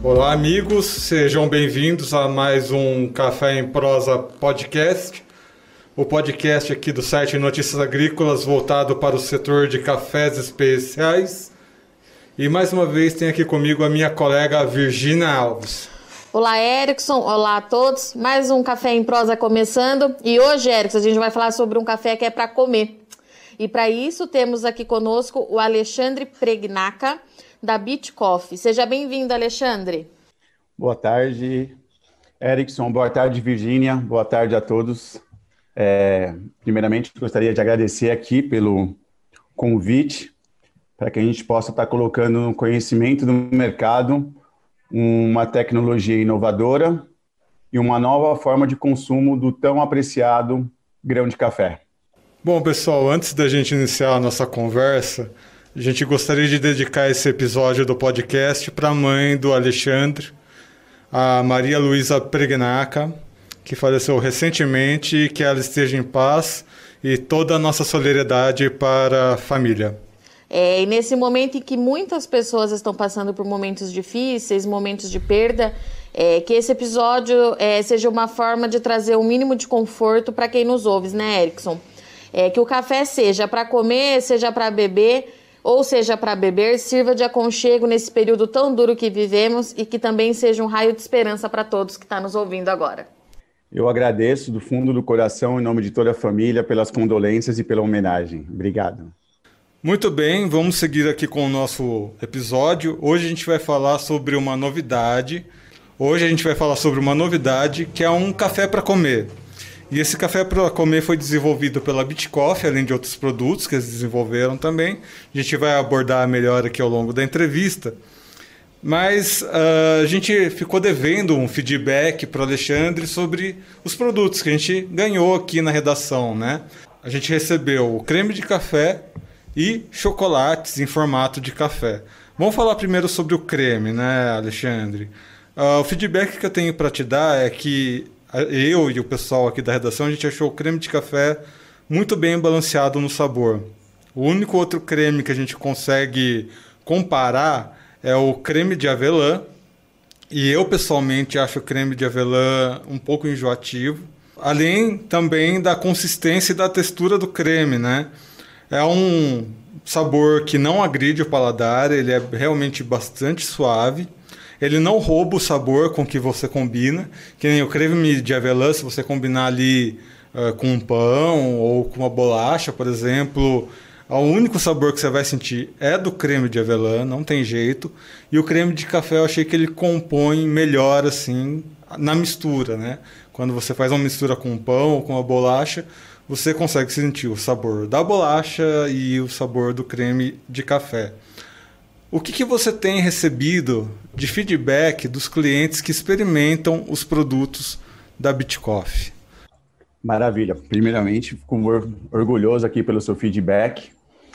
Olá, amigos, sejam bem-vindos a mais um Café em Prosa podcast, o podcast aqui do site Notícias Agrícolas voltado para o setor de cafés especiais. E mais uma vez tem aqui comigo a minha colega Virgínia Alves. Olá, Erickson. Olá a todos. Mais um Café em Prosa começando. E hoje, Erickson, a gente vai falar sobre um café que é para comer. E para isso temos aqui conosco o Alexandre Pregnaca, da Beach Coffee. Seja bem-vindo, Alexandre. Boa tarde, Erickson. Boa tarde, Virgínia. Boa tarde a todos. Primeiramente, gostaria de agradecer aqui pelo convite para que a gente possa estar colocando no conhecimento do mercado uma tecnologia inovadora e uma nova forma de consumo do tão apreciado grão de café. Bom, pessoal, antes da gente iniciar a nossa conversa, a gente gostaria de dedicar esse episódio do podcast para a mãe do Alexandre, a Maria Luísa Pregnaca, que faleceu recentemente, e que ela esteja em paz, e toda a nossa solidariedade para a família. E nesse momento em que muitas pessoas estão passando por momentos difíceis, momentos de perda, que esse episódio seja uma forma de trazer um mínimo de conforto para quem nos ouve, né, Erickson? Que o café seja para comer, seja para beber, ou seja para beber, sirva de aconchego nesse período tão duro que vivemos e que também seja um raio de esperança para todos que estão nos ouvindo agora. Eu agradeço do fundo do coração, em nome de toda a família, pelas condolências e pela homenagem. Obrigado. Muito bem, vamos seguir aqui com o nosso episódio. Hoje a gente vai falar sobre uma novidade. Que é um café para comer. E esse café para comer foi desenvolvido pela Beach Coffee, além de outros produtos que eles desenvolveram também. A gente vai abordar melhor aqui ao longo da entrevista. Mas a gente ficou devendo um feedback para o Alexandre sobre os produtos que a gente ganhou aqui na redação, né? A gente recebeu o creme de café e chocolates em formato de café. Vamos falar primeiro sobre o creme, né, Alexandre? O feedback que eu tenho para te dar é que eu e o pessoal aqui da redação, a gente achou o creme de café muito bem balanceado no sabor. O único outro creme que a gente consegue comparar é o creme de avelã. E eu, pessoalmente, acho o creme de avelã um pouco enjoativo. Além também da consistência e da textura do creme, né? É um sabor que não agride o paladar, ele é realmente bastante suave. Ele não rouba o sabor com que você combina, que nem o creme de avelã, se você combinar ali com um pão ou com uma bolacha, por exemplo, o único sabor que você vai sentir é do creme de avelã, não tem jeito. E o creme de café eu achei que ele compõe melhor assim na mistura, né? Quando você faz uma mistura com um pão ou com uma bolacha, você consegue sentir o sabor da bolacha e o sabor do creme de café. O que você tem recebido de feedback dos clientes que experimentam os produtos da Beach Coffee? Maravilha. Primeiramente, fico orgulhoso aqui pelo seu feedback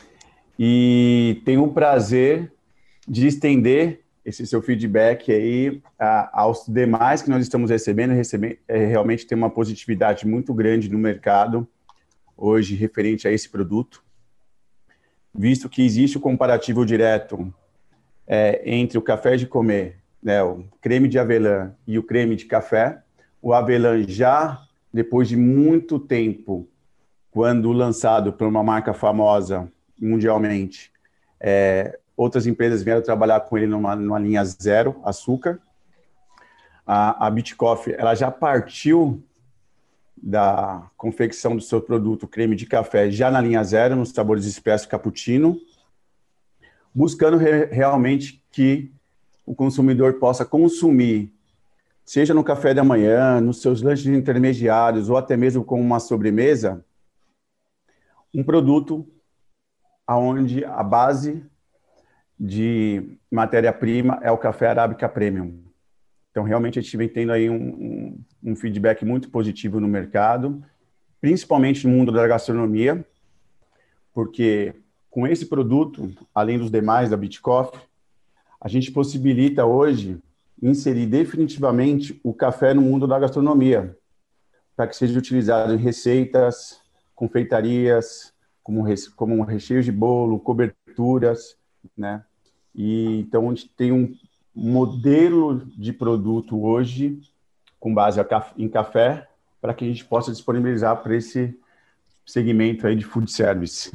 e tenho o prazer de estender esse seu feedback aí aos demais que nós estamos recebendo. Realmente tem uma positividade muito grande no mercado hoje referente a esse produto, visto que existe o comparativo direto entre o café de comer, né, o creme de avelã e o creme de café. O avelã já, depois de muito tempo, quando lançado por uma marca famosa mundialmente, outras empresas vieram trabalhar com ele numa linha zero açúcar. A Beach Coffee, ela já partiu da confecção do seu produto creme de café já na linha zero, nos sabores expresso cappuccino, buscando realmente que o consumidor possa consumir, seja no café da manhã, nos seus lanches intermediários ou até mesmo como uma sobremesa, um produto onde a base de matéria-prima é o café arábica premium. Então, realmente, a gente vem tendo aí um feedback muito positivo no mercado, principalmente no mundo da gastronomia, porque com esse produto, além dos demais da Beach Coffee, a gente possibilita hoje inserir definitivamente o café no mundo da gastronomia, para que seja utilizado em receitas, confeitarias, como recheio de bolo, coberturas, né? E então a gente tem modelo de produto hoje com base em café para que a gente possa disponibilizar para esse segmento aí de food service.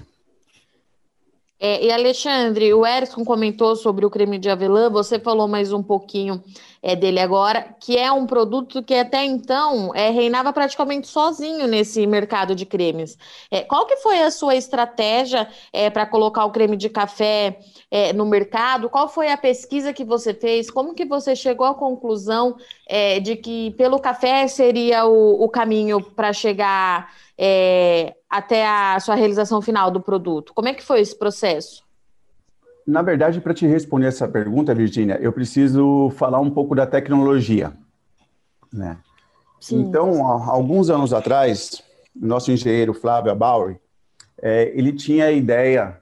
E Alexandre, o Erison comentou sobre o creme de avelã, você falou mais um pouquinho dele agora, que é um produto que até então reinava praticamente sozinho nesse mercado de cremes. Qual que foi a sua estratégia para colocar o creme de café no mercado? Qual foi a pesquisa que você fez? Como que você chegou à conclusão de que pelo café seria o caminho para chegar até a sua realização final do produto? Como é que foi esse processo? Na verdade, para te responder essa pergunta, Virgínia, eu preciso falar um pouco da tecnologia, né? Sim. Então, há alguns anos atrás, o nosso engenheiro Flávio Bauer, ele tinha a ideia,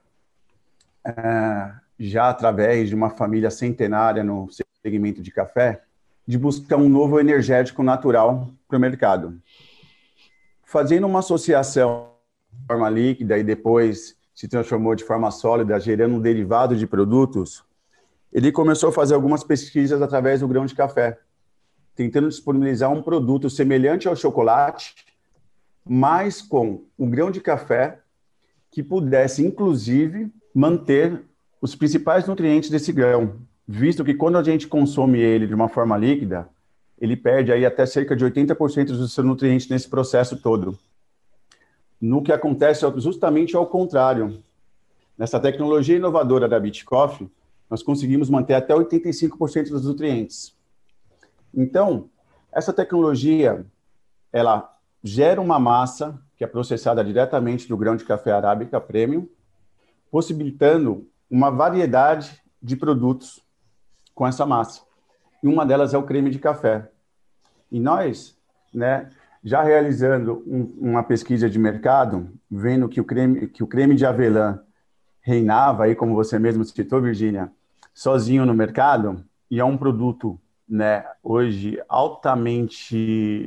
já através de uma família centenária no segmento de café, de buscar um novo energético natural para o mercado. Fazendo uma associação de forma líquida e depois se transformou de forma sólida, gerando um derivado de produtos, ele começou a fazer algumas pesquisas através do grão de café, tentando disponibilizar um produto semelhante ao chocolate, mas com o grão de café que pudesse, inclusive, manter os principais nutrientes desse grão, visto que quando a gente consome ele de uma forma líquida, ele perde aí até cerca de 80% dos seus nutrientes nesse processo todo. No que acontece justamente ao contrário. Nessa tecnologia inovadora da Beach Coffee, nós conseguimos manter até 85% dos nutrientes. Então, essa tecnologia, ela gera uma massa que é processada diretamente do grão de café arábica premium, possibilitando uma variedade de produtos com essa massa. E uma delas é o creme de café. E nós, né, já realizando uma pesquisa de mercado, vendo que o creme de avelã reinava, aí, como você mesmo citou, Virgínia, sozinho no mercado, e é um produto, né, hoje altamente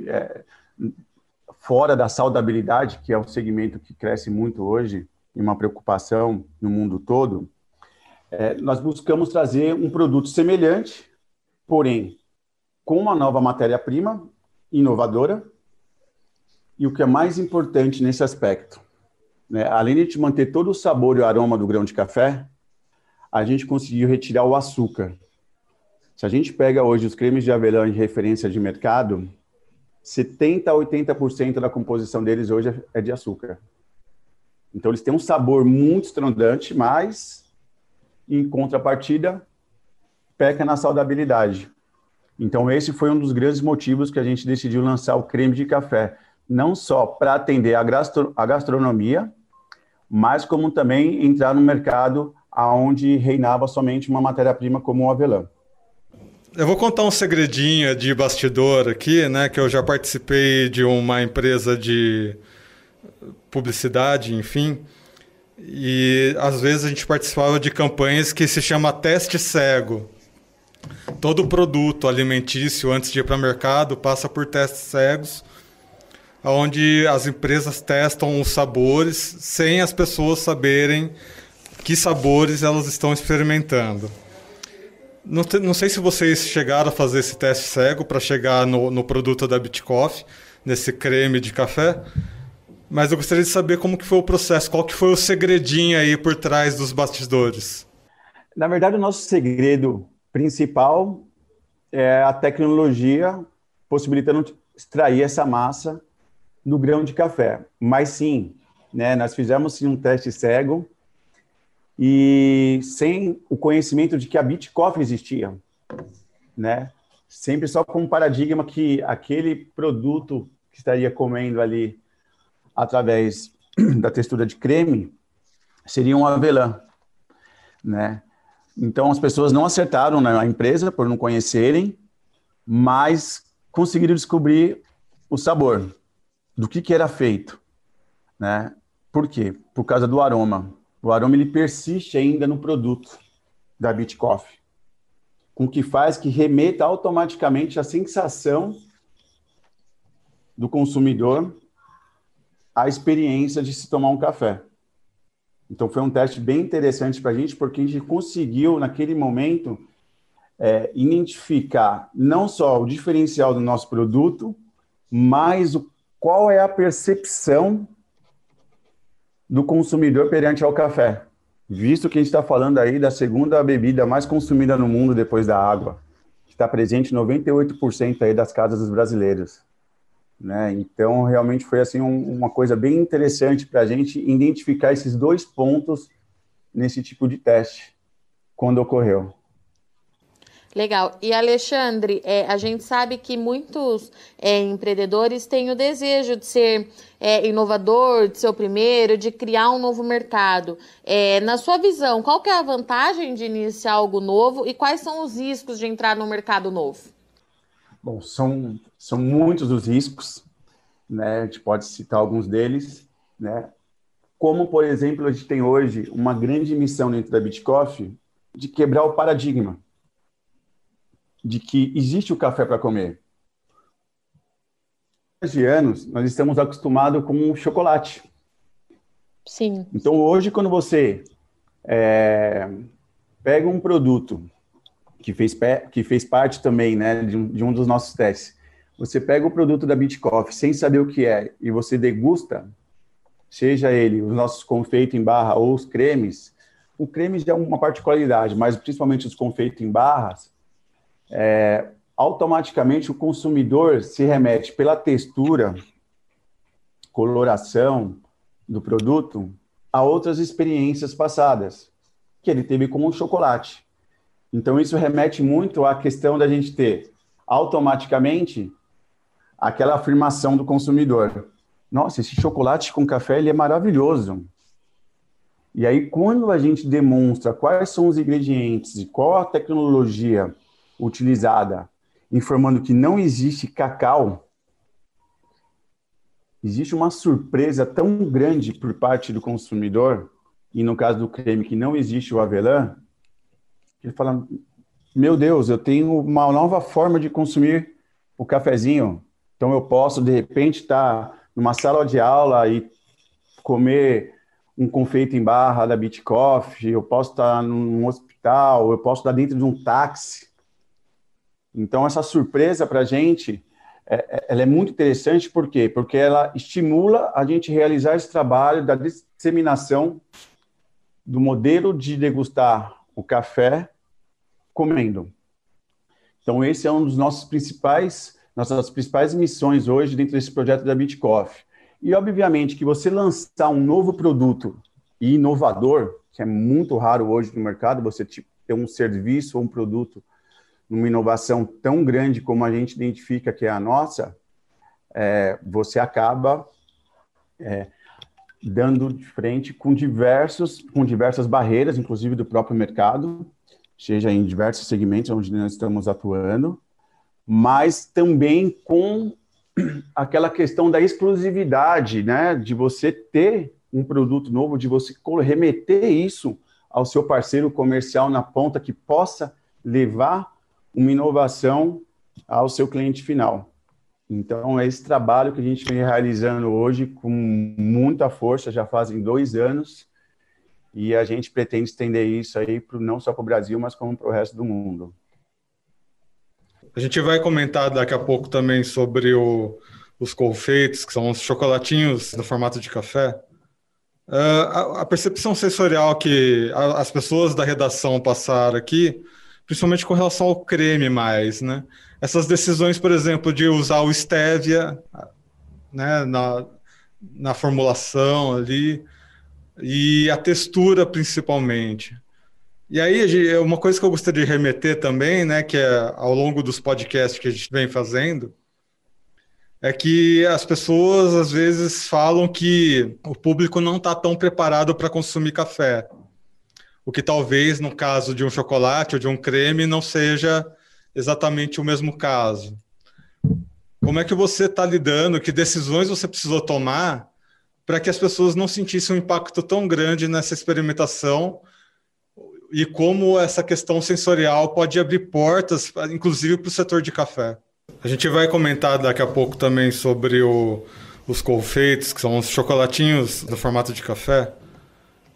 fora da saudabilidade, que é um segmento que cresce muito hoje, e uma preocupação no mundo todo, nós buscamos trazer um produto semelhante, porém, com uma nova matéria-prima inovadora, e o que é mais importante nesse aspecto, né, além de a gente manter todo o sabor e o aroma do grão de café, a gente conseguiu retirar o açúcar. Se a gente pega hoje os cremes de avelã de referência de mercado, 70% a 80% da composição deles hoje é de açúcar. Então, eles têm um sabor muito estrondante, mas, em contrapartida, peca na saudabilidade. Então, esse foi um dos grandes motivos que a gente decidiu lançar o creme de café, não só para atender a gastronomia, mas como também entrar no mercado onde reinava somente uma matéria-prima como o avelã. Eu vou contar um segredinho de bastidor aqui, né, que eu já participei de uma empresa de publicidade, enfim, e às vezes a gente participava de campanhas que se chama teste cego. Todo produto alimentício, antes de ir para o mercado, passa por testes cegos, onde as empresas testam os sabores sem as pessoas saberem que sabores elas estão experimentando. Não sei se vocês chegaram a fazer esse teste cego para chegar no produto da Beach Coffee, nesse creme de café, mas eu gostaria de saber como que foi o processo, qual que foi o segredinho aí por trás dos bastidores. Na verdade, o nosso segredo principal é a tecnologia possibilitando extrair essa massa no grão de café. Mas sim, né, nós fizemos sim, um teste cego e sem o conhecimento de que a Beach Coffee existia, né? Sempre só com um paradigma que aquele produto que estaria comendo ali através da textura de creme seria um avelã, né? Então as pessoas não acertaram na empresa por não conhecerem, mas conseguiram descobrir o sabor do que era feito, né? Por quê? Por causa do aroma. O aroma ele persiste ainda no produto da Beach Coffee, com o que faz que remeta automaticamente a sensação do consumidor à experiência de se tomar um café. Então foi um teste bem interessante para a gente, porque a gente conseguiu, naquele momento, identificar não só o diferencial do nosso produto, mas qual é a percepção do consumidor perante ao café. Visto que a gente está falando aí da segunda bebida mais consumida no mundo depois da água, que está presente em 98% aí das casas dos brasileiros. Né? Então, realmente foi assim, uma coisa bem interessante para a gente identificar esses 2 pontos nesse tipo de teste, quando ocorreu. Legal. E, Alexandre, a gente sabe que muitos empreendedores têm o desejo de ser inovador, de ser o primeiro, de criar um novo mercado. Na sua visão, qual que é a vantagem de iniciar algo novo e quais são os riscos de entrar no mercado novo? Bom, são muitos os riscos, né? A gente pode citar alguns deles, né? Como, por exemplo, a gente tem hoje uma grande missão dentro da Bitcoff de quebrar o paradigma de que existe o café para comer. Há anos, nós estamos acostumados com o chocolate. Sim. Então, hoje, quando você pega um produto que fez parte também, né, de um dos nossos testes, você pega o produto da Bitcoff sem saber o que é e você degusta, seja ele os nossos confeitos em barra ou os cremes, o creme já é uma particularidade, mas principalmente os confeitos em barras, automaticamente o consumidor se remete pela textura, coloração do produto a outras experiências passadas que ele teve com o chocolate. Então isso remete muito à questão da gente ter automaticamente aquela afirmação do consumidor. Nossa, esse chocolate com café ele é maravilhoso. E aí quando a gente demonstra quais são os ingredientes e qual a tecnologia utilizada, informando que não existe cacau, existe uma surpresa tão grande por parte do consumidor, e no caso do creme que não existe o avelã, ele fala, meu Deus, eu tenho uma nova forma de consumir o cafezinho, então eu posso de repente estar numa sala de aula e comer um confeito em barra da Bitcoff, eu posso estar num hospital, eu posso estar dentro de um táxi. Então, essa surpresa para a gente, ela é muito interessante, por quê? Porque ela estimula a gente realizar esse trabalho da disseminação do modelo de degustar o café comendo. Então, esse é um dos nossas principais missões hoje dentro desse projeto da Bitcoff. E, obviamente, que você lançar um novo produto inovador, que é muito raro hoje no mercado, você ter um serviço ou um produto numa inovação tão grande como a gente identifica que é a nossa, você acaba dando de frente com diversas barreiras, inclusive do próprio mercado, seja em diversos segmentos onde nós estamos atuando, mas também com aquela questão da exclusividade, né, de você ter um produto novo, de você remeter isso ao seu parceiro comercial na ponta que possa levar uma inovação ao seu cliente final. Então, é esse trabalho que a gente vem realizando hoje com muita força, já fazem 2 anos, e a gente pretende estender isso aí não só para o Brasil, mas como para o resto do mundo. A gente vai comentar daqui a pouco também sobre os confeitos, que são os chocolatinhos no formato de café. A percepção sensorial que as pessoas da redação passaram aqui, principalmente com relação ao creme mais, né? Essas decisões, por exemplo, de usar o stevia, né, na formulação ali, e a textura principalmente. E aí, uma coisa que eu gostaria de remeter também, né, que é ao longo dos podcasts que a gente vem fazendo, é que as pessoas às vezes falam que o público não está tão preparado para consumir café. O que talvez, no caso de um chocolate ou de um creme, não seja exatamente o mesmo caso. Como é que você está lidando, que decisões você precisou tomar para que as pessoas não sentissem um impacto tão grande nessa experimentação e como essa questão sensorial pode abrir portas, inclusive para o setor de café? A gente vai comentar daqui a pouco também sobre os confeitos, que são os chocolatinhos no formato de café.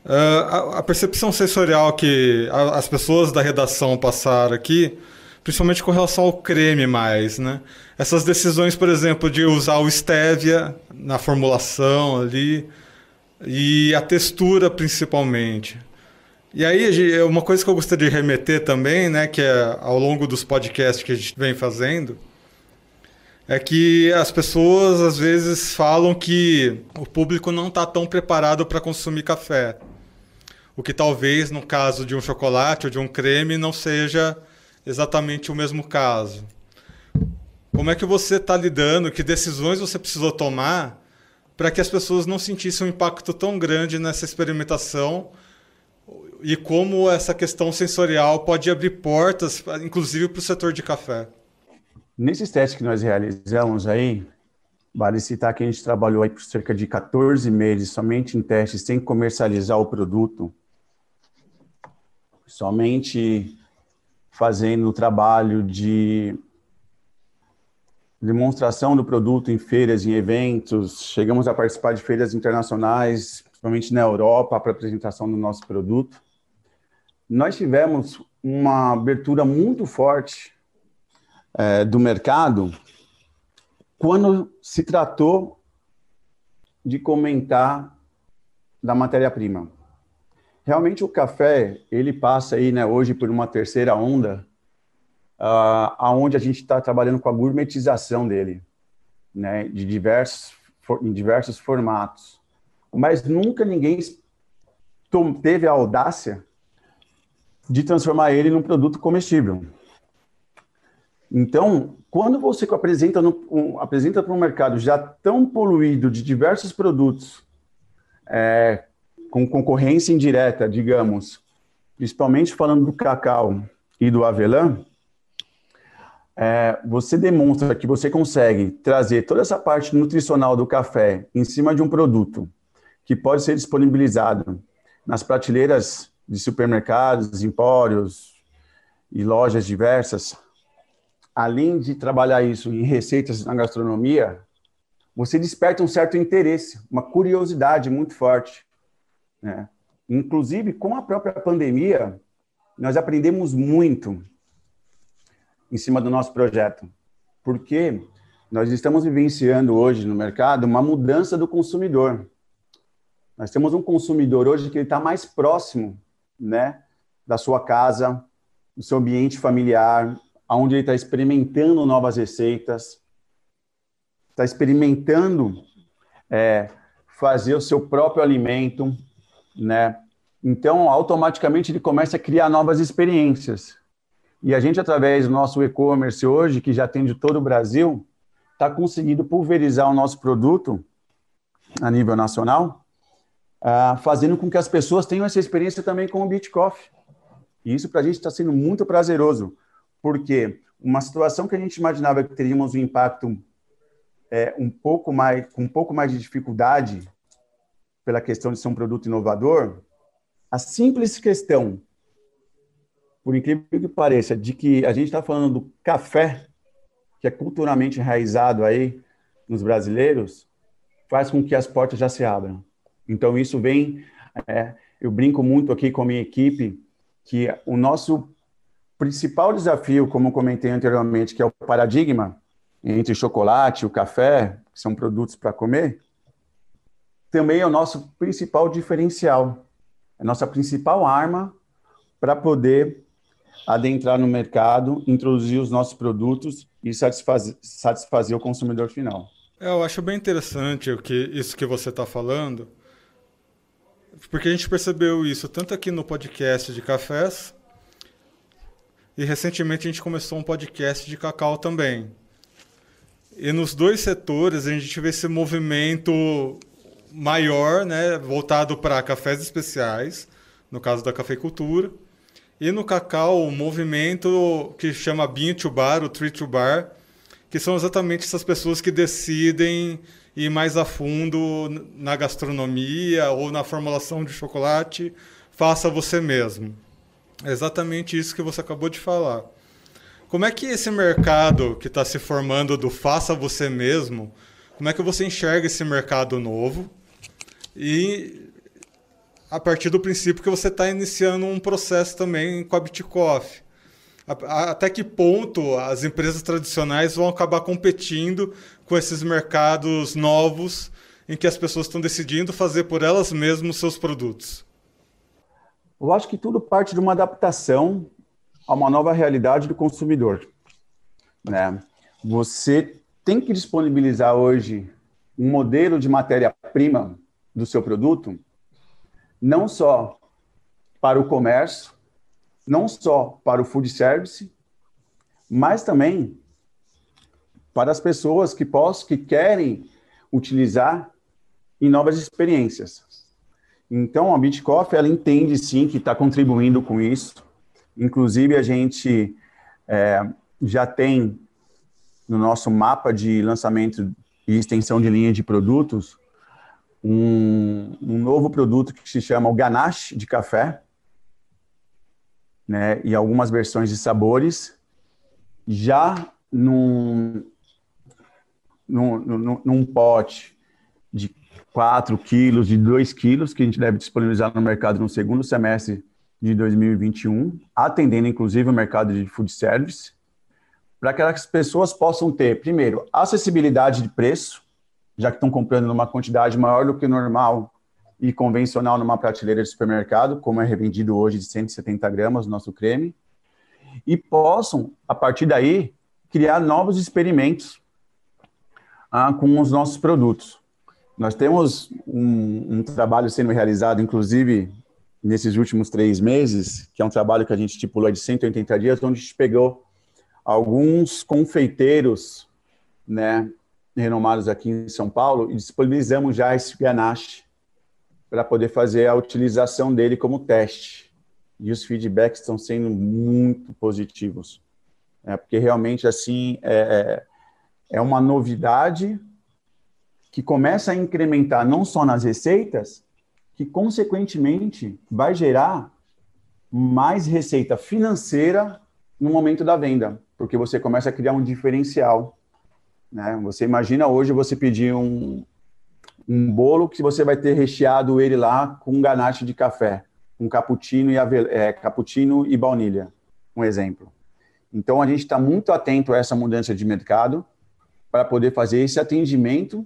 A percepção sensorial que as pessoas da redação passaram aqui, principalmente com relação ao creme mais, né? Essas decisões, por exemplo, de usar o stevia na formulação ali e a textura principalmente. E aí, uma coisa que eu gostaria de remeter também, né, que é ao longo dos podcasts que a gente vem fazendo, é que as pessoas às vezes falam que o público não está tão preparado para consumir café. O que talvez, no caso de um chocolate ou de um creme, não seja exatamente o mesmo caso. Como é que você está lidando, que decisões você precisou tomar para que as pessoas não sentissem um impacto tão grande nessa experimentação e como essa questão sensorial pode abrir portas, inclusive para o setor de café? Nesses testes que nós realizamos aí, vale citar que a gente trabalhou aí por cerca de 14 meses somente em testes, sem comercializar o produto, somente fazendo o trabalho de demonstração do produto em feiras, em eventos. Chegamos a participar de feiras internacionais, principalmente na Europa, para apresentação do nosso produto. Nós tivemos uma abertura muito forte do mercado quando se tratou de comentar da matéria-prima. Realmente o café, ele passa aí, né, hoje por uma terceira onda, aonde a gente está trabalhando com a gourmetização dele, né, em diversos formatos. Mas nunca ninguém teve a audácia de transformar ele num produto comestível. Então, quando você apresenta para um mercado já tão poluído de diversos produtos, com concorrência indireta, digamos, principalmente falando do cacau e do avelã, você demonstra que você consegue trazer toda essa parte nutricional do café em cima de um produto que pode ser disponibilizado nas prateleiras de supermercados, empórios e lojas diversas. Além de trabalhar isso em receitas na gastronomia, você desperta um certo interesse, uma curiosidade muito forte, né? Inclusive, com a própria pandemia, nós aprendemos muito em cima do nosso projeto, porque nós estamos vivenciando hoje no mercado uma mudança do consumidor. Nós temos um consumidor hoje que ele está mais próximo, né, da sua casa, do seu ambiente familiar, onde ele está experimentando novas receitas, está experimentando fazer o seu próprio alimento, né? Então, automaticamente, ele começa a criar novas experiências. E a gente, através do nosso e-commerce hoje, que já atende todo o Brasil, está conseguindo pulverizar o nosso produto a nível nacional, fazendo com que as pessoas tenham essa experiência também com o Beat Coffee. E isso, para a gente, está sendo muito prazeroso, porque uma situação que a gente imaginava que teríamos um impacto com um pouco mais de dificuldade pela questão de ser um produto inovador, a simples questão, por incrível que pareça, de que a gente está falando do café, que é culturalmente enraizado aí nos brasileiros, faz com que as portas já se abram. Então, isso vem... eu brinco muito aqui com a minha equipe, que o nosso principal desafio, como eu comentei anteriormente, que é o paradigma entre o chocolate e o café, que são produtos para comer, também é o nosso principal diferencial, a nossa principal arma para poder adentrar no mercado, introduzir os nossos produtos e satisfazer o consumidor final. Eu acho bem interessante isso que você está falando, porque a gente percebeu isso tanto aqui no podcast de cafés, e recentemente a gente começou um podcast de cacau também. E nos dois setores a gente vê esse movimento maior, né, voltado para cafés especiais, no caso da cafeicultura, e no cacau um movimento que chama Bean to Bar, o Tree to Bar, que são exatamente essas pessoas que decidem ir mais a fundo na gastronomia ou na formulação de chocolate, faça você mesmo. É exatamente isso que você acabou de falar. Como é que esse mercado que está se formando do faça você mesmo, como é que você enxerga esse mercado novo? E a partir do princípio que você está iniciando um processo também com a Bitcoff. Até que ponto as empresas tradicionais vão acabar competindo com esses mercados novos em que as pessoas estão decidindo fazer por elas mesmas seus produtos? Eu acho que tudo parte de uma adaptação a uma nova realidade do consumidor, né? Você tem que disponibilizar hoje um modelo de matéria-prima do seu produto, não só para o comércio, não só para o food service, mas também para as pessoas que querem utilizar em novas experiências. Então, a Bitcoff, ela entende, sim, que está contribuindo com isso. Inclusive, a gente já tem no nosso mapa de lançamento e extensão de linha de produtos um novo produto que se chama o Ganache de café, né, e algumas versões de sabores, já num pote de 4 quilos, de 2 quilos, que a gente deve disponibilizar no mercado no segundo semestre de 2021, atendendo inclusive o mercado de food service, para que as pessoas possam ter, primeiro, acessibilidade de preço, já que estão comprando numa quantidade maior do que normal e convencional numa prateleira de supermercado, como é revendido hoje de 170 gramas o nosso creme, e possam, a partir daí, criar novos experimentos com os nossos produtos. Nós temos um trabalho sendo realizado, inclusive, nesses últimos 3 meses, que é um trabalho que a gente estipulou de 180 dias, onde a gente pegou alguns confeiteiros, né, renomados aqui em São Paulo, e disponibilizamos já esse ganache para poder fazer a utilização dele como teste. E os feedbacks estão sendo muito positivos. Porque realmente, assim, é uma novidade que começa a incrementar não só nas receitas, que, consequentemente, vai gerar mais receita financeira no momento da venda, porque você começa a criar um diferencial, né? Você imagina hoje você pedir um bolo que você vai ter recheado ele lá com um ganache de café, um cappuccino e baunilha, um exemplo. Então, a gente está muito atento a essa mudança de mercado para poder fazer esse atendimento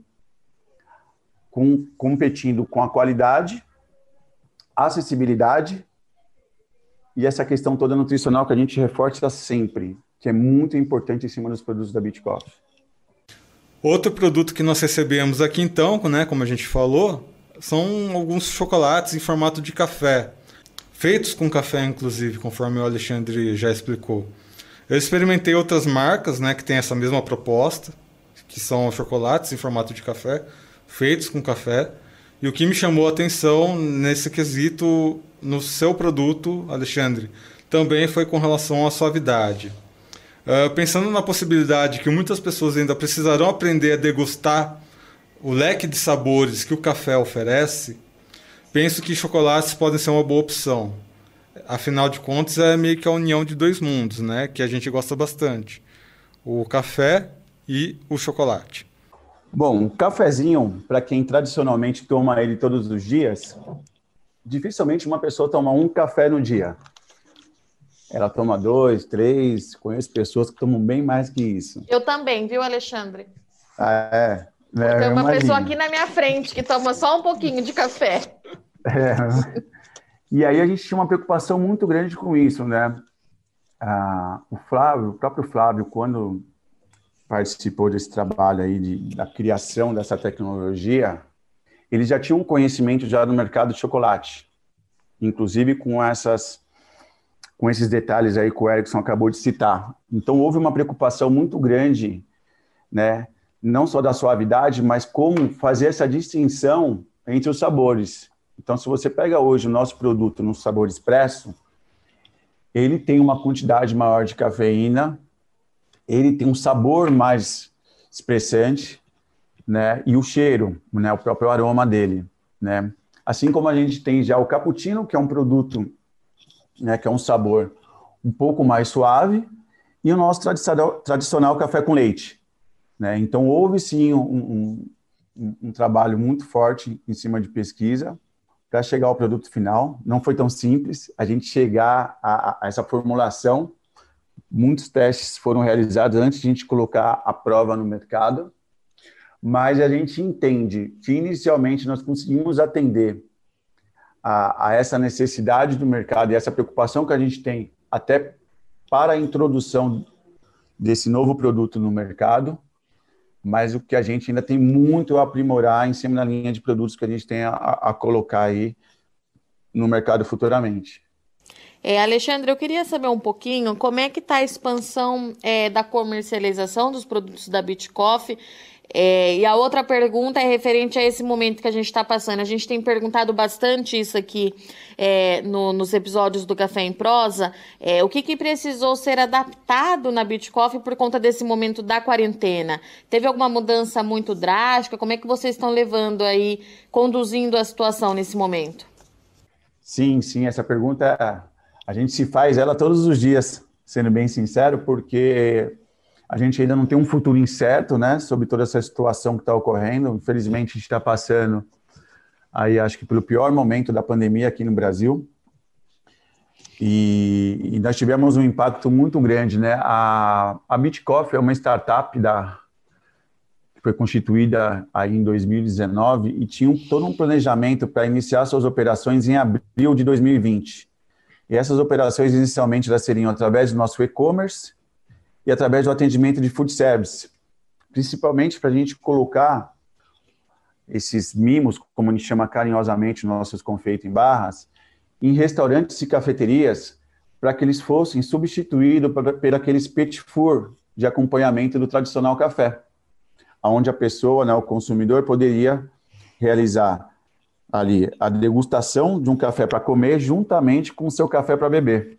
competindo com a qualidade, acessibilidade e essa questão toda nutricional que a gente reforça sempre, que é muito importante em cima dos produtos da Bitcoff. Outro produto que nós recebemos aqui, então, né, como a gente falou, são alguns chocolates em formato de café, feitos com café, inclusive, conforme o Alexandre já explicou. Eu experimentei outras marcas, né, que têm essa mesma proposta, que são chocolates em formato de café, feitos com café. E o que me chamou a atenção nesse quesito, no seu produto, Alexandre, também foi com relação à suavidade. Pensando na possibilidade que muitas pessoas ainda precisarão aprender a degustar o leque de sabores que o café oferece, penso que chocolates podem ser uma boa opção. Afinal de contas, é meio que a união de 2 mundos, né, que a gente gosta bastante. O café e o chocolate. Bom, o cafezinho, para quem tradicionalmente toma ele todos os dias, dificilmente uma pessoa toma um café no dia. Ela toma 2, 3, conheço pessoas que tomam bem mais que isso. Eu também, viu, Alexandre? Tem uma pessoa aqui na minha frente que toma só um pouquinho de café. E aí a gente tinha uma preocupação muito grande com isso, né? O próprio Flávio, quando participou desse trabalho aí da criação dessa tecnologia, ele já tinha um conhecimento já no mercado de chocolate, inclusive com esses detalhes aí que o Erickson acabou de citar. Então, houve uma preocupação muito grande, né, não só da suavidade, mas como fazer essa distinção entre os sabores. Então, se você pega hoje o nosso produto no sabor expresso, ele tem uma quantidade maior de cafeína, ele tem um sabor mais expressante, né, e o cheiro, né, o próprio aroma dele, né. Assim como a gente tem já o cappuccino, que é um produto, né, que é um sabor um pouco mais suave, e o nosso tradicional café com leite, né? Então, houve sim um trabalho muito forte em cima de pesquisa para chegar ao produto final. Não foi tão simples a gente chegar a essa formulação. Muitos testes foram realizados antes de a gente colocar a prova no mercado, mas a gente entende que inicialmente nós conseguimos atender a essa necessidade do mercado e essa preocupação que a gente tem até para a introdução desse novo produto no mercado, mas o que a gente ainda tem muito a aprimorar em cima da linha de produtos que a gente tem a colocar aí no mercado futuramente. Alexandre, eu queria saber um pouquinho como é que está a expansão da comercialização dos produtos da Bitcoff. E a outra pergunta é referente a esse momento que a gente está passando. A gente tem perguntado bastante isso aqui nos episódios do Café em Prosa. O que precisou ser adaptado na Bitcoff por conta desse momento da quarentena? Teve alguma mudança muito drástica? Como é que vocês estão levando aí, conduzindo a situação nesse momento? Sim, essa pergunta a gente se faz ela todos os dias, sendo bem sincero, porque a gente ainda não tem um futuro incerto, né, sobre toda essa situação que está ocorrendo. Infelizmente, a gente está passando aí, acho que pelo pior momento da pandemia aqui no Brasil. E nós tivemos um impacto muito grande, né? A Bitcoff é uma startup que foi constituída aí em 2019 e tinha todo um planejamento para iniciar suas operações em abril de 2020. E essas operações, inicialmente, elas seriam através do nosso e-commerce e através do atendimento de food service, principalmente para a gente colocar esses mimos, como a gente chama carinhosamente nossos confeitos em barras, em restaurantes e cafeterias, para que eles fossem substituídos por aqueles petit four de acompanhamento do tradicional café, onde a pessoa, né, o consumidor, poderia realizar ali a degustação de um café para comer juntamente com o seu café para beber.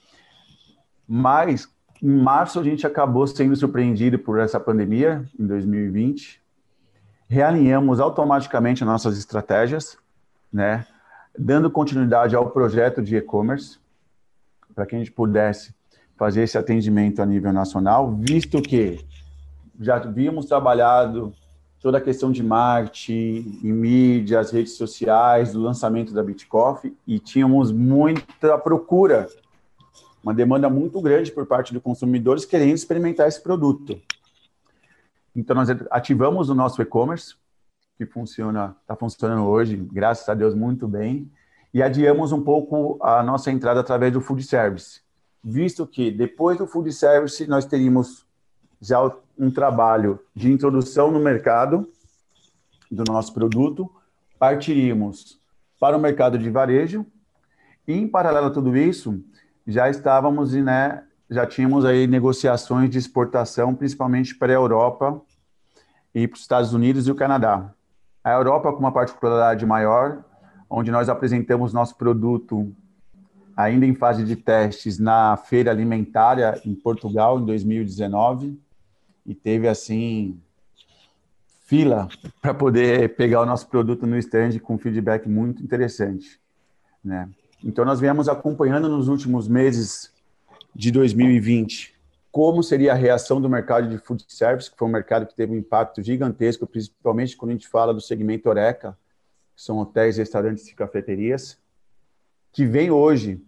Mas em março, a gente acabou sendo surpreendido por essa pandemia, em 2020. Realinhamos automaticamente nossas estratégias, né? Dando continuidade ao projeto de e-commerce, para que a gente pudesse fazer esse atendimento a nível nacional, visto que já havíamos trabalhado toda a questão de marketing, em mídias, redes sociais, do lançamento da Bitcoff, e tínhamos muita procura, uma demanda muito grande por parte dos consumidores querendo experimentar esse produto. Então, nós ativamos o nosso e-commerce, que está funcionando hoje, graças a Deus, muito bem, e adiamos um pouco a nossa entrada através do food service, visto que depois do food service nós teríamos já um trabalho de introdução no mercado do nosso produto, partiríamos para o mercado de varejo, e em paralelo a tudo isso, já estávamos, né, já tínhamos aí negociações de exportação, principalmente para a Europa e para os Estados Unidos e o Canadá. A Europa com uma particularidade maior, onde nós apresentamos nosso produto ainda em fase de testes na Feira Alimentária em Portugal, em 2019, e teve, assim, fila para poder pegar o nosso produto no stand com feedback muito interessante, né? Então, nós viemos acompanhando nos últimos meses de 2020 como seria a reação do mercado de food service, que foi um mercado que teve um impacto gigantesco, principalmente quando a gente fala do segmento Horeca, que são hotéis, restaurantes e cafeterias, que vem hoje,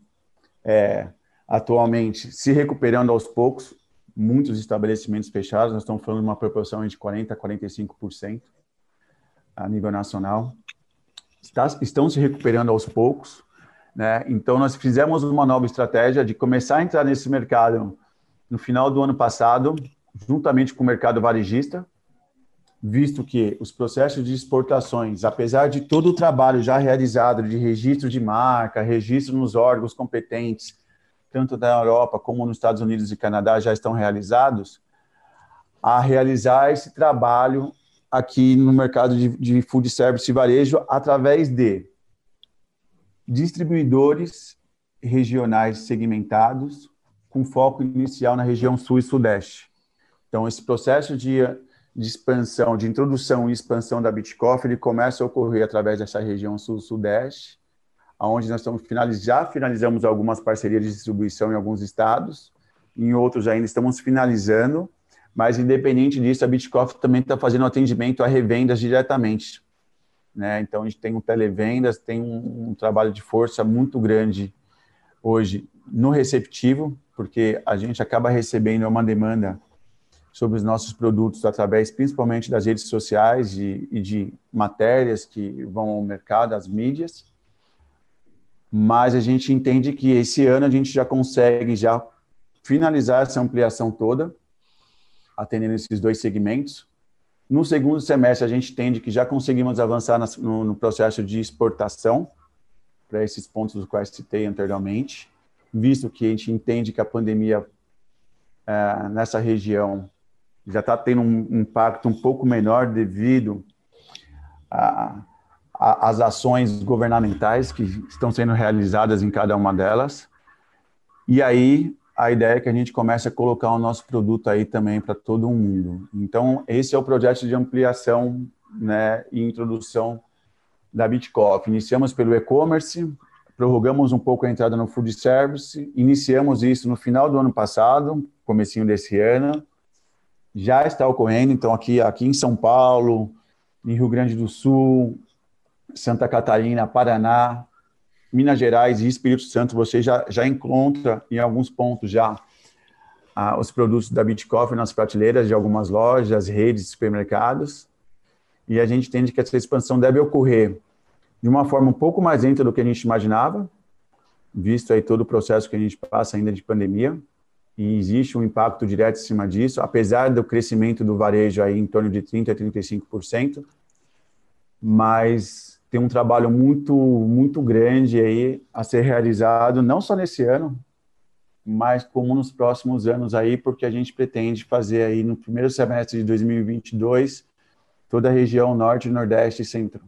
atualmente, se recuperando aos poucos, muitos estabelecimentos fechados, nós estamos falando de uma proporção de 40% a 45% a nível nacional, estão se recuperando aos poucos, né? Então, nós fizemos uma nova estratégia de começar a entrar nesse mercado no final do ano passado, juntamente com o mercado varejista, visto que os processos de exportações, apesar de todo o trabalho já realizado de registro de marca, registro nos órgãos competentes, tanto da Europa como nos Estados Unidos e Canadá já estão realizados, a realizar esse trabalho aqui no mercado de food service e varejo através de distribuidores regionais segmentados com foco inicial na região sul e sudeste. Então, esse processo de expansão, de introdução e expansão da Bitcoff, ele começa a ocorrer através dessa região sul-sudeste, onde nós já finalizamos algumas parcerias de distribuição em alguns estados, em outros ainda estamos finalizando, mas independente disso, a Bitcoff também está fazendo atendimento a revendas diretamente. né? Então, a gente tem um televendas, tem um trabalho de força muito grande hoje no receptivo, porque a gente acaba recebendo uma demanda sobre os nossos produtos através, principalmente, das redes sociais e de matérias que vão ao mercado, às mídias. Mas a gente entende que esse ano a gente já consegue já finalizar essa ampliação toda, atendendo esses 2 segmentos. No segundo semestre, a gente entende que já conseguimos avançar no processo de exportação para esses pontos dos quais citei anteriormente, visto que a gente entende que a pandemia nessa região já está tendo um impacto um pouco menor devido às ações governamentais que estão sendo realizadas em cada uma delas. E aí, a ideia é que a gente comece a colocar o nosso produto aí também para todo mundo. Então, esse é o projeto de ampliação, né, e introdução da Bitcoff. Iniciamos pelo e-commerce, prorrogamos um pouco a entrada no food service, iniciamos isso no final do ano passado, comecinho desse ano, já está ocorrendo, então aqui em São Paulo, em Rio Grande do Sul, Santa Catarina, Paraná, Minas Gerais e Espírito Santo, você já encontra em alguns pontos já os produtos da Bitcoff nas prateleiras de algumas lojas, redes, supermercados, e a gente entende que essa expansão deve ocorrer de uma forma um pouco mais lenta do que a gente imaginava, visto aí todo o processo que a gente passa ainda de pandemia, e existe um impacto direto em cima disso, apesar do crescimento do varejo aí em torno de 30% a 35%, mas tem um trabalho muito, muito grande aí a ser realizado, não só nesse ano, mas como nos próximos anos aí, porque a gente pretende fazer aí no primeiro semestre de 2022 toda a região norte, nordeste e centro.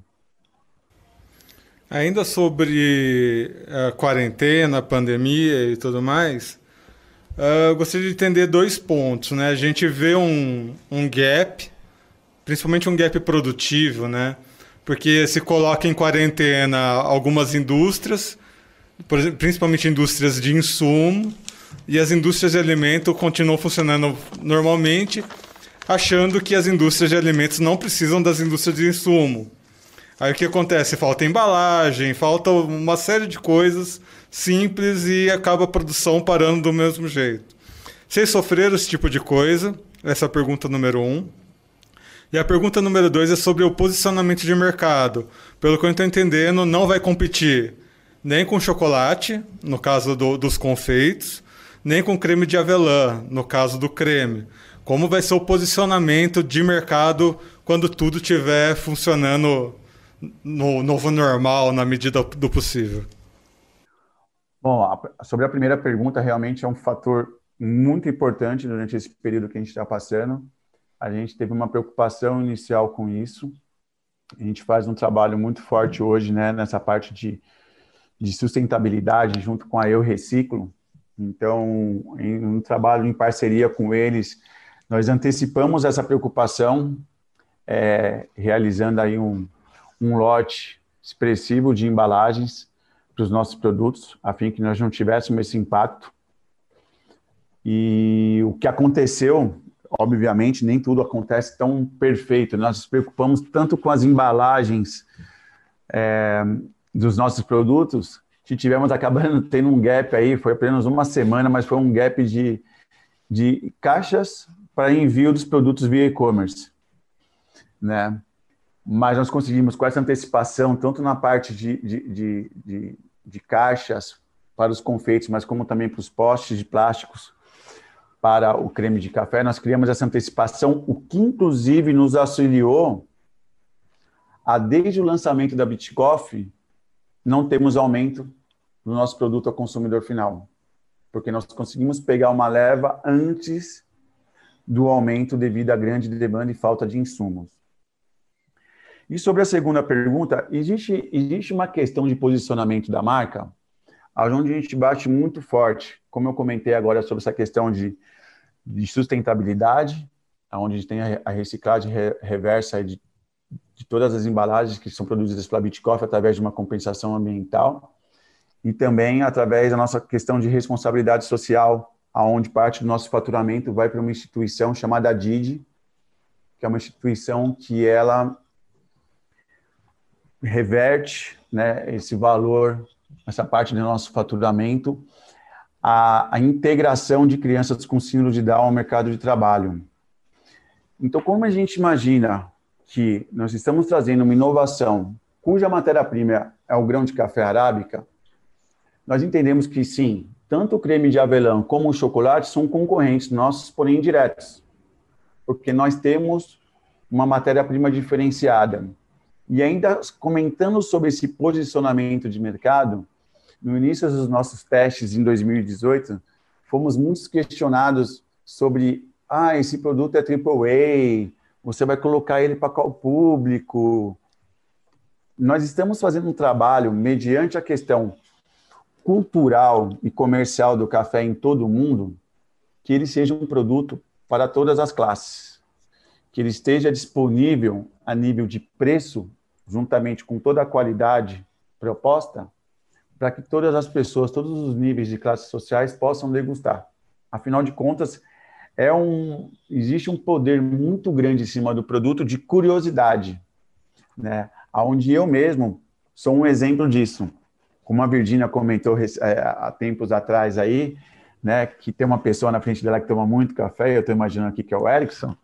Ainda sobre a quarentena, a pandemia e tudo mais, eu gostaria de entender 2 pontos, né? A gente vê um gap, principalmente um gap produtivo, né? Porque se coloca em quarentena algumas indústrias, por exemplo, principalmente indústrias de insumo, e as indústrias de alimento continuam funcionando normalmente, achando que as indústrias de alimentos não precisam das indústrias de insumo. Aí o que acontece? Falta embalagem, falta uma série de coisas simples e acaba a produção parando do mesmo jeito. Vocês sofreram esse tipo de coisa? Essa é a pergunta número 1. E a pergunta número 2 é sobre o posicionamento de mercado. Pelo que eu estou entendendo, não vai competir nem com chocolate, no caso dos confeitos, nem com creme de avelã, no caso do creme. Como vai ser o posicionamento de mercado quando tudo estiver funcionando no novo normal, na medida do possível? Bom, sobre a primeira pergunta, realmente é um fator muito importante durante esse período que a gente está passando. A gente teve uma preocupação inicial com isso. A gente faz um trabalho muito forte hoje, né, nessa parte de sustentabilidade, junto com a Eu Reciclo. Então, em um trabalho em parceria com eles, nós antecipamos essa preocupação, realizando aí um lote expressivo de embalagens para os nossos produtos, a fim que nós não tivéssemos esse impacto. E o que aconteceu, obviamente, nem tudo acontece tão perfeito. Nós nos preocupamos tanto com as embalagens dos nossos produtos, que tivemos acabando tendo um gap aí, foi apenas uma semana, mas foi um gap de caixas para envio dos produtos via e-commerce, né? Mas nós conseguimos, com essa antecipação, tanto na parte de caixas para os confeitos, mas como também para os postes de plásticos para o creme de café, nós criamos essa antecipação, o que inclusive nos auxiliou a, desde o lançamento da Bitcoff, não temos aumento do nosso produto ao consumidor final, porque nós conseguimos pegar uma leva antes do aumento devido à grande demanda e falta de insumos. E sobre a segunda pergunta, existe uma questão de posicionamento da marca, onde a gente bate muito forte, como eu comentei agora sobre essa questão de sustentabilidade, onde a gente tem a reciclagem reversa de todas as embalagens que são produzidas pela Bitcoff através de uma compensação ambiental, e também através da nossa questão de responsabilidade social, onde parte do nosso faturamento vai para uma instituição chamada DID, que é uma instituição que ela reverte, né, esse valor, essa parte do nosso faturamento, a integração de crianças com síndrome de Down ao mercado de trabalho. Então, como a gente imagina que nós estamos trazendo uma inovação cuja matéria-prima é o grão de café arábica, nós entendemos que sim, tanto o creme de avelã como o chocolate são concorrentes nossos, porém indiretos, porque nós temos uma matéria-prima diferenciada. E ainda comentando sobre esse posicionamento de mercado, no início dos nossos testes em 2018, fomos muito questionados sobre esse produto é AAA, você vai colocar ele para qual público? Nós estamos fazendo um trabalho mediante a questão cultural e comercial do café em todo o mundo, que ele seja um produto para todas as classes, que ele esteja disponível a nível de preço, juntamente com toda a qualidade proposta, para que todas as pessoas, todos os níveis de classes sociais possam degustar. Afinal de contas, existe um poder muito grande em cima do produto de curiosidade, né? Onde eu mesmo sou um exemplo disso. Como a Virgínia comentou há tempos atrás aí, né, que tem uma pessoa na frente dela que toma muito café, eu estou imaginando aqui que é o Erickson,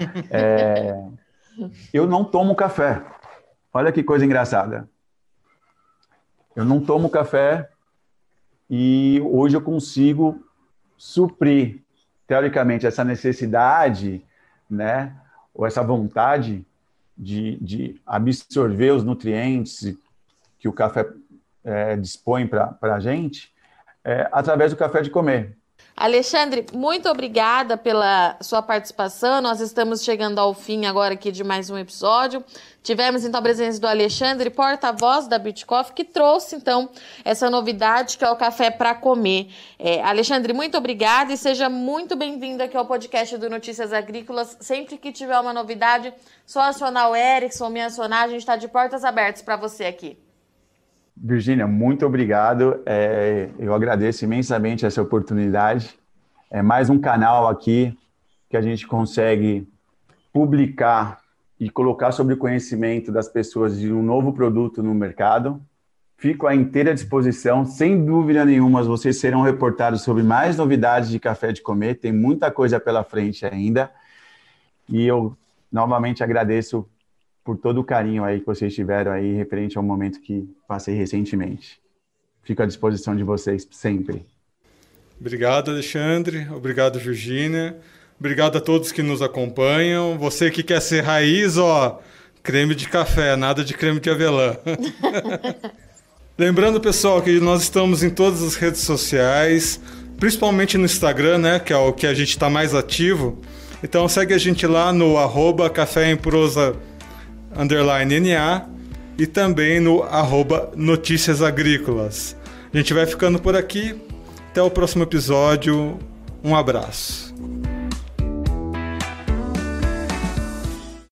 eu não tomo café. Olha que coisa engraçada. Eu não tomo café e hoje eu consigo suprir, teoricamente, essa necessidade, né, ou essa vontade de absorver os nutrientes que o café dispõe para a gente, através do café de comer. Alexandre, muito obrigada pela sua participação. Nós estamos chegando ao fim agora aqui de mais um episódio. Tivemos então a presença do Alexandre, porta-voz da Beach Coffee, que trouxe então essa novidade que é o café para comer. Alexandre, muito obrigada e seja muito bem-vindo aqui ao podcast do Notícias Agrícolas. Sempre que tiver uma novidade, só acionar o Erickson, me acionar, a gente está de portas abertas para você aqui. Virgínia, muito obrigado. Eu agradeço imensamente essa oportunidade. É mais um canal aqui que a gente consegue publicar e colocar sobre o conhecimento das pessoas de um novo produto no mercado. Fico à inteira disposição. Sem dúvida nenhuma, vocês serão reportados sobre mais novidades de café de comer. Tem muita coisa pela frente ainda. E eu novamente agradeço por todo o carinho aí que vocês tiveram aí referente ao momento que passei recentemente. Fico à disposição de vocês sempre. Obrigado, Alexandre. Obrigado, Virgínia. Obrigado a todos que nos acompanham. Você que quer ser raiz, creme de café, nada de creme de avelã. Lembrando, pessoal, que nós estamos em todas as redes sociais, principalmente no Instagram, né, que é o que a gente está mais ativo. Então segue a gente lá no @caféemprosa_NA e também no @Notícias Agrícolas. A gente vai ficando por aqui. Até o próximo episódio. Um abraço.